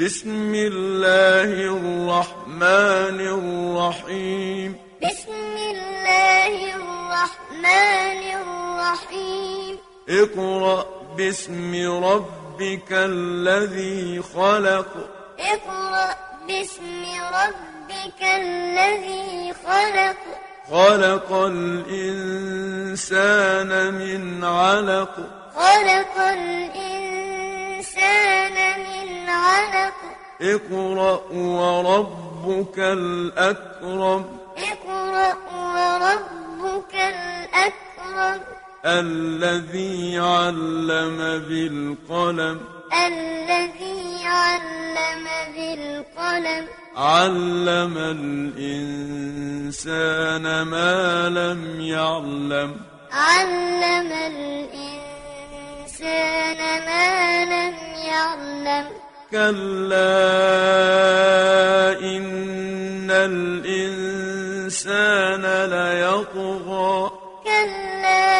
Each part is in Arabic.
بسم الله الرحمن الرحيم بسم الله الرحمن الرحيم اقرأ باسم ربك الذي خلق اقرأ باسم ربك الذي خلق خلق الإنسان من علق خلق الإنسان من علق اقرأ وربك الأكرم اقرأ وربك الأكرم الذي علم بالقلم الذي علم بالقلم علم الإنسان ما لم يعلم علم الإنسان ما لم يعلم كلا إن الإنسان ليطغى كلا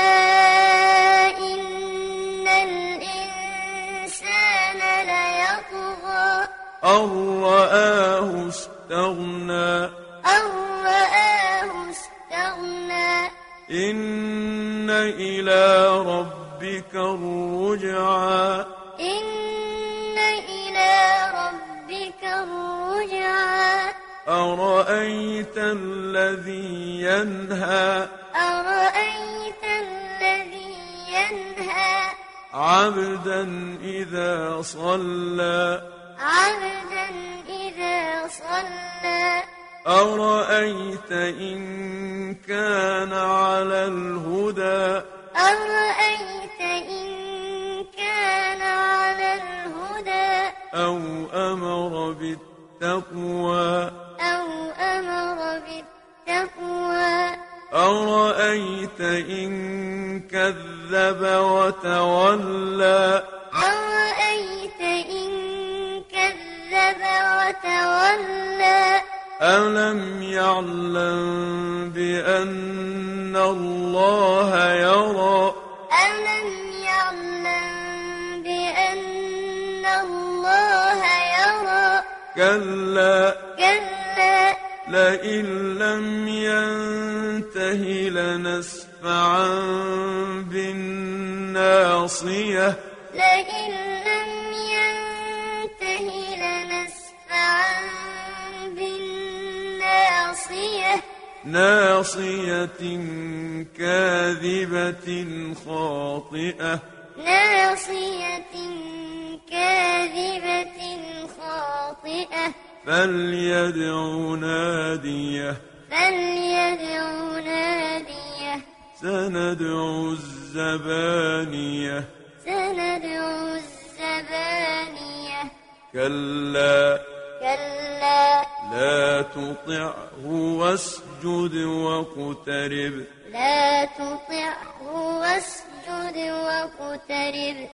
إن الإنسان ليطغى أن رآه استغنى أن رآه استغنى إن إلى ربك الرجعى إن إلى ربك الرجعى أرأيت الذي ينهى أرأيت الذي ينهى عبدا إذا صلى عبدا إذا صلى أرأيت إن كان على الهدى أرأيت إن كان على الهدى أو أمر بالتقوى أو أمر بالتقوى أرأيت إن كذب وتولى أرأيت إن كذب وتولى ألم يعلم بأن الله يرى ألم يعلم بأن الله يرى كلا كلا لئن لم ينته لنسفعا بالناصية لئن لم ينته لنسفعا بالناصية ناصية كاذبة خاطئة ناصية كاذبة خاطئة فليدع ناديه فليدع ناديه سندع الزبانية سندع الزبانية كلا كلا لا تطعه واسجد واقترب لا تطعه واسجد واقترب